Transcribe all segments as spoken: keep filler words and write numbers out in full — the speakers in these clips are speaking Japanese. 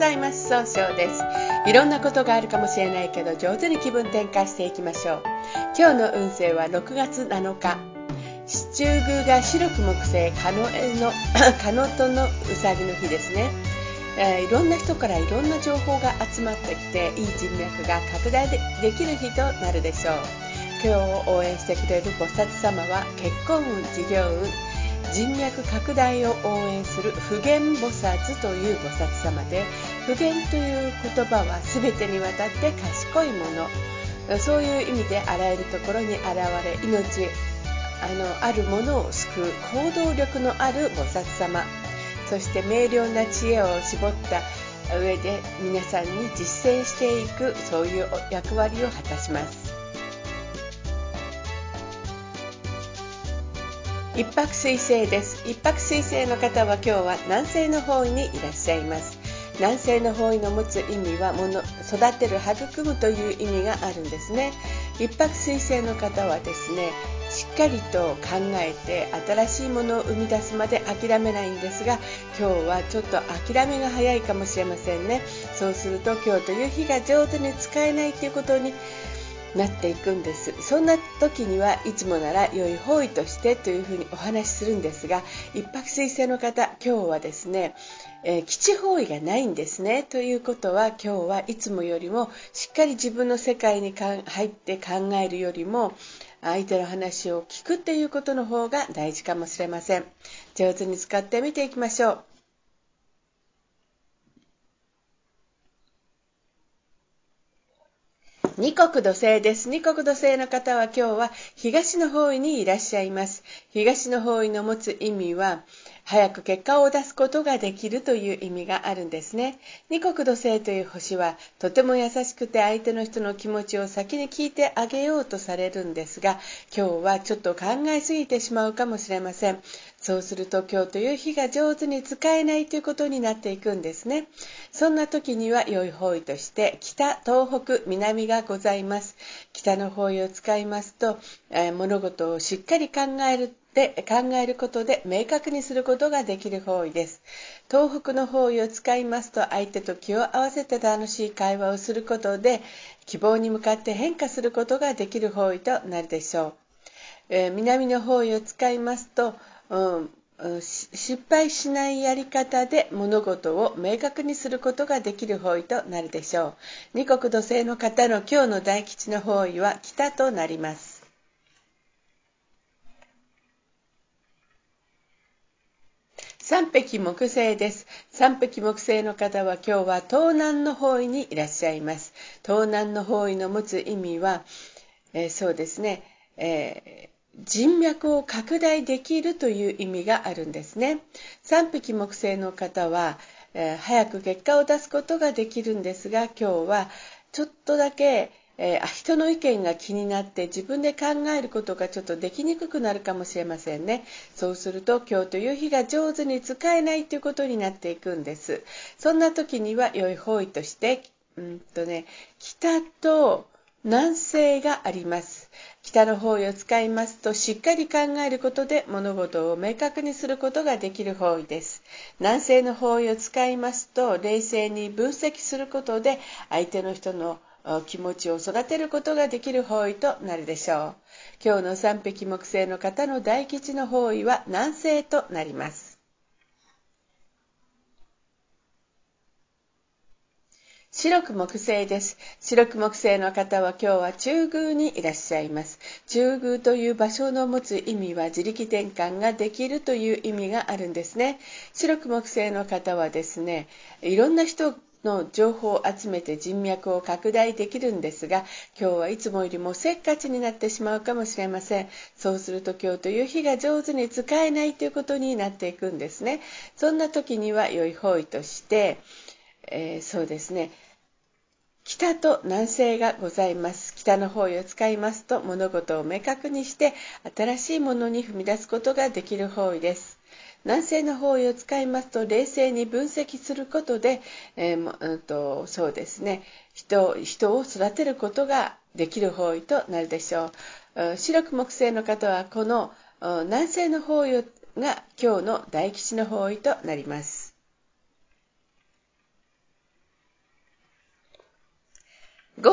ざいます。総称です。いろんなことがあるかもしれないけど、上手に気分転換していきましょう。今日の運勢はろくがつなのか、七中宮が白く木星、カノエのカノトのうさぎの日ですね。えー、いろんな人からいろんな情報が集まってきて、いい人脈が拡大 で, できる日となるでしょう。今日を応援してくれる菩薩様は、結婚運、事業運、人脈拡大を応援する普賢菩薩という菩薩様で、普賢という言葉は全てにわたって賢いもの、そういう意味であらゆるところに現れ、命あのあるものを救う行動力のある菩薩様、そして明瞭な知恵を絞った上で皆さんに実践していく、そういう役割を果たします。一泊水星です。一泊水星の方は今日は南西の方位にいらっしゃいます。南西の方位の持つ意味は、もの育てる、育むという意味があるんですね。一泊水星の方はですね、しっかりと考えて新しいものを生み出すまで諦めないんですが、今日はちょっと諦めが早いかもしれませんね。そうすると今日という日が上手に使えないということになっていくんです。そんな時にはいつもなら良い方位としてというふうにお話しするんですが、一泊水星の方、今日はですね、えー、基地方位がないんですね。ということは、今日はいつもよりもしっかり自分の世界に入って考えるよりも、相手の話を聞くっていうことの方が大事かもしれません。上手に使ってみていきましょう。二国土星です。二国土星の方は今日は東の方位にいらっしゃいます。東の方位の持つ意味は、早く結果を出すことができるという意味があるんですね。二国土星という星はとても優しくて、相手の人の気持ちを先に聞いてあげようとされるんですが、今日はちょっと考えすぎてしまうかもしれません。そうすると今日という日が上手に使えないということになっていくんですね。そんな時には良い方位として北、東北、南がございます。北の方位を使いますと、えー、物事をしっかり考えるで考えることで明確にすることができる方位です。東北の方位を使いますと、相手と気を合わせて楽しい会話をすることで希望に向かって変化することができる方位となるでしょう。えー、南の方位を使いますと、うん失敗しないやり方で物事を明確にすることができる方位となるでしょう。二国土星の方の今日の大吉の方位は北となります。三匹木星です。三匹木星の方は今日は東南の方位にいらっしゃいます。東南の方位の持つ意味は、えー、そうですね、えー人脈を拡大できるという意味があるんですね。三匹木星の方は、えー、早く結果を出すことができるんですが、今日はちょっとだけ、えー、人の意見が気になって自分で考えることがちょっとできにくくなるかもしれませんね。そうすると今日という日が上手に使えないということになっていくんです。そんな時には良い方位として、うんとね、北と南西があります。北の方位を使いますと、しっかり考えることで物事を明確にすることができる方位です。南西の方位を使いますと、冷静に分析することで相手の人の気持ちを育てることができる方位となるでしょう。今日の三匹木星の方の大吉の方位は南西となります。白く木星です。白く木星の方は今日は中宮にいらっしゃいます。中宮という場所の持つ意味は、自力転換ができるという意味があるんですね。白く木星の方はですね、いろんな人の情報を集めて人脈を拡大できるんですが、今日はいつもよりもせっかちになってしまうかもしれません。そうすると今日という日が上手に使えないということになっていくんですね。そんな時には良い方位として、えー、そうですね、北と南西がございます。北の方位を使いますと、物事を明確にして新しいものに踏み出すことができる方位です。南西の方位を使いますと、冷静に分析することで、えーうん、とそうですね、人、人を育てることができる方位となるでしょう。白く木星の方はこの南西の方位が今日の大吉の方位となります。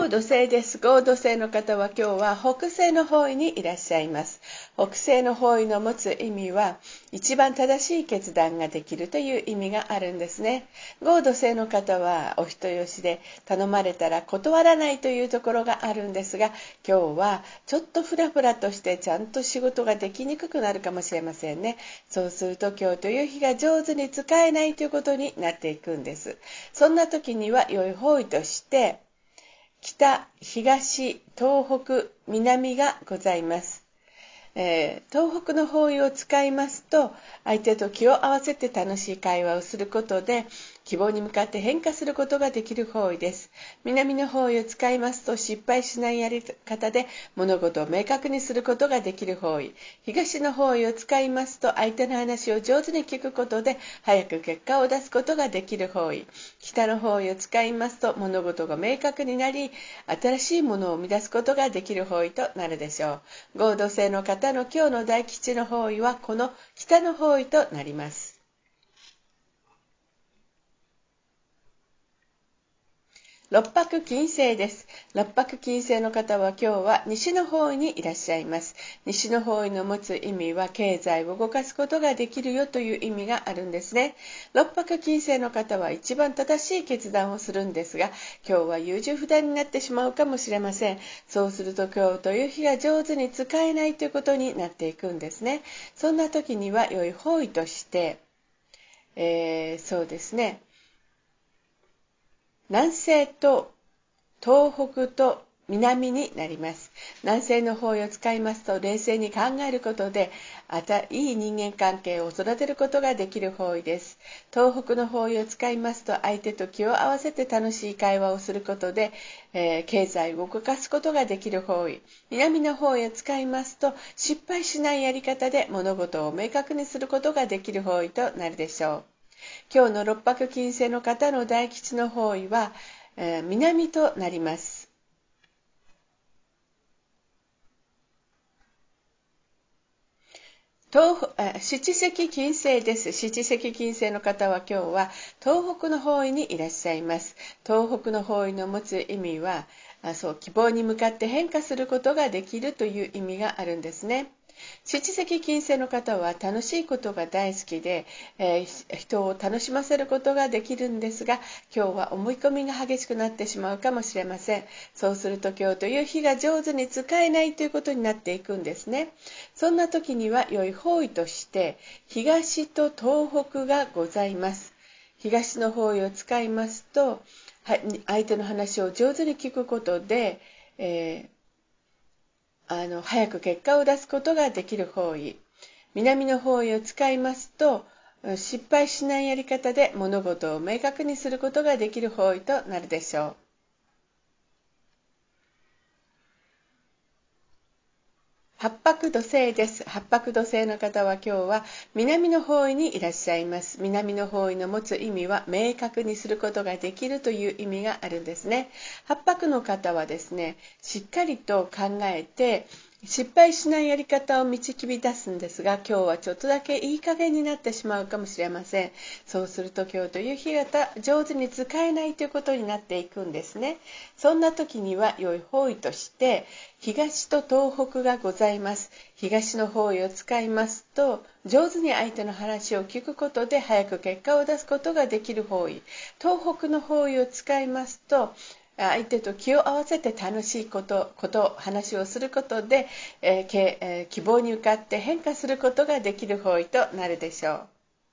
合土星です。合土星の方は今日は北西の方位にいらっしゃいます。北西の方位の持つ意味は、一番正しい決断ができるという意味があるんですね。合土星の方はお人よしで、頼まれたら断らないというところがあるんですが、今日はちょっとフラフラとしてちゃんと仕事ができにくくなるかもしれませんね。そうすると今日という日が上手に使えないということになっていくんです。そんな時には良い方位として、北、東、東北、南がございます。えー、東北の方位を使いますと、相手と気を合わせて楽しい会話をすることで、希望に向かって変化することができる方位です。南の方位を使いますと、失敗しないやり方で物事を明確にすることができる方位。東の方位を使いますと、相手の話を上手に聞くことで早く結果を出すことができる方位。北の方位を使いますと、物事が明確になり、新しいものを生み出すことができる方位となるでしょう。合土星の方の今日の大吉の方位はこの北の方位となります。六白金星です。六白金星の方は今日は西の方位にいらっしゃいます。西の方位の持つ意味は経済を動かすことができるよという意味があるんですね。六白金星の方は一番正しい決断をするんですが、今日は優柔不断になってしまうかもしれません。そうすると今日という日が上手に使えないということになっていくんですね。そんな時には良い方位として、えー、そうですね。南西と東北と南になります。南西の方位を使いますと、冷静に考えることであたいい人間関係を育てることができる方位です。東北の方位を使いますと、相手と気を合わせて楽しい会話をすることで、えー、経済を動かすことができる方位。南の方位を使いますと、失敗しないやり方で物事を明確にすることができる方位となるでしょう。今日の六白金星の方の大吉の方位は、えー、南となります。東あ七石金星です。七石金星の方は今日は東北の方位にいらっしゃいます。東北の方位の持つ意味は、あそう希望に向かって変化することができるという意味があるんですね。七石金星の方は楽しいことが大好きで、えー、人を楽しませることができるんですが、今日は思い込みが激しくなってしまうかもしれません。そうすると今日という日が上手に使えないということになっていくんですね。そんな時には良い方位として東と東北がございます。東の方位を使いますと、相手の話を上手に聞くことで、えーあの早く結果を出すことができる方位。南の方位を使いますと、失敗しないやり方で物事を明確にすることができる方位となるでしょう。八白土星です。八白土星の方は今日は南の方位にいらっしゃいます。南の方位の持つ意味は明確にすることができるという意味があるんですね。八白の方はですね、しっかりと考えて失敗しないやり方を導き出すんですが、今日はちょっとだけいい加減になってしまうかもしれません。そうすると今日という日が上手に使えないということになっていくんですね。そんな時には良い方位として東と東北がございます。東の方位を使いますと、上手に相手の話を聞くことで早く結果を出すことができる方位。東北の方位を使いますと、相手と気を合わせて楽しいこと、こと、話をすることで、えーえー、希望に向かって変化することができる方位となるでしょう。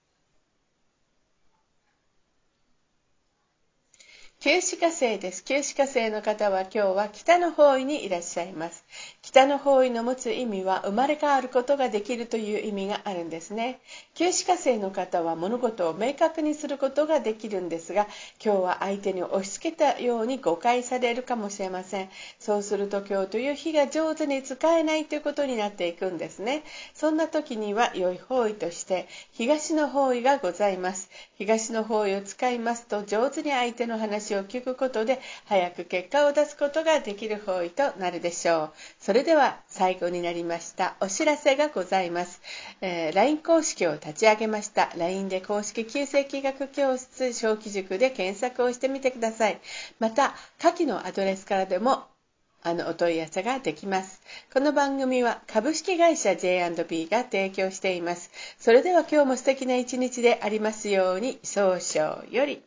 九死火星です。九死火星の方は今日は北の方位にいらっしゃいます。北の方位の持つ意味は生まれ変わることができるという意味があるんですね。九死火星の方は物事を明確にすることができるんですが、今日は相手に押し付けたように誤解されるかもしれません。そうすると今日という日が上手に使えないということになっていくんですね。そんな時には良い方位として東の方位がございます。東の方位を使いますと、上手に相手の話を聞くことで早く結果を出すことができる方位となるでしょう。それれでは最後になりました。お知らせがございます。えー、ライン 公式を立ち上げました。ライン で公式旧世紀学教室小規塾で検索をしてみてください。また、下記のアドレスからでもあのお問い合わせができます。この番組は株式会社 ジェイアンドビー が提供しています。それでは今日も素敵な一日でありますように、早々より。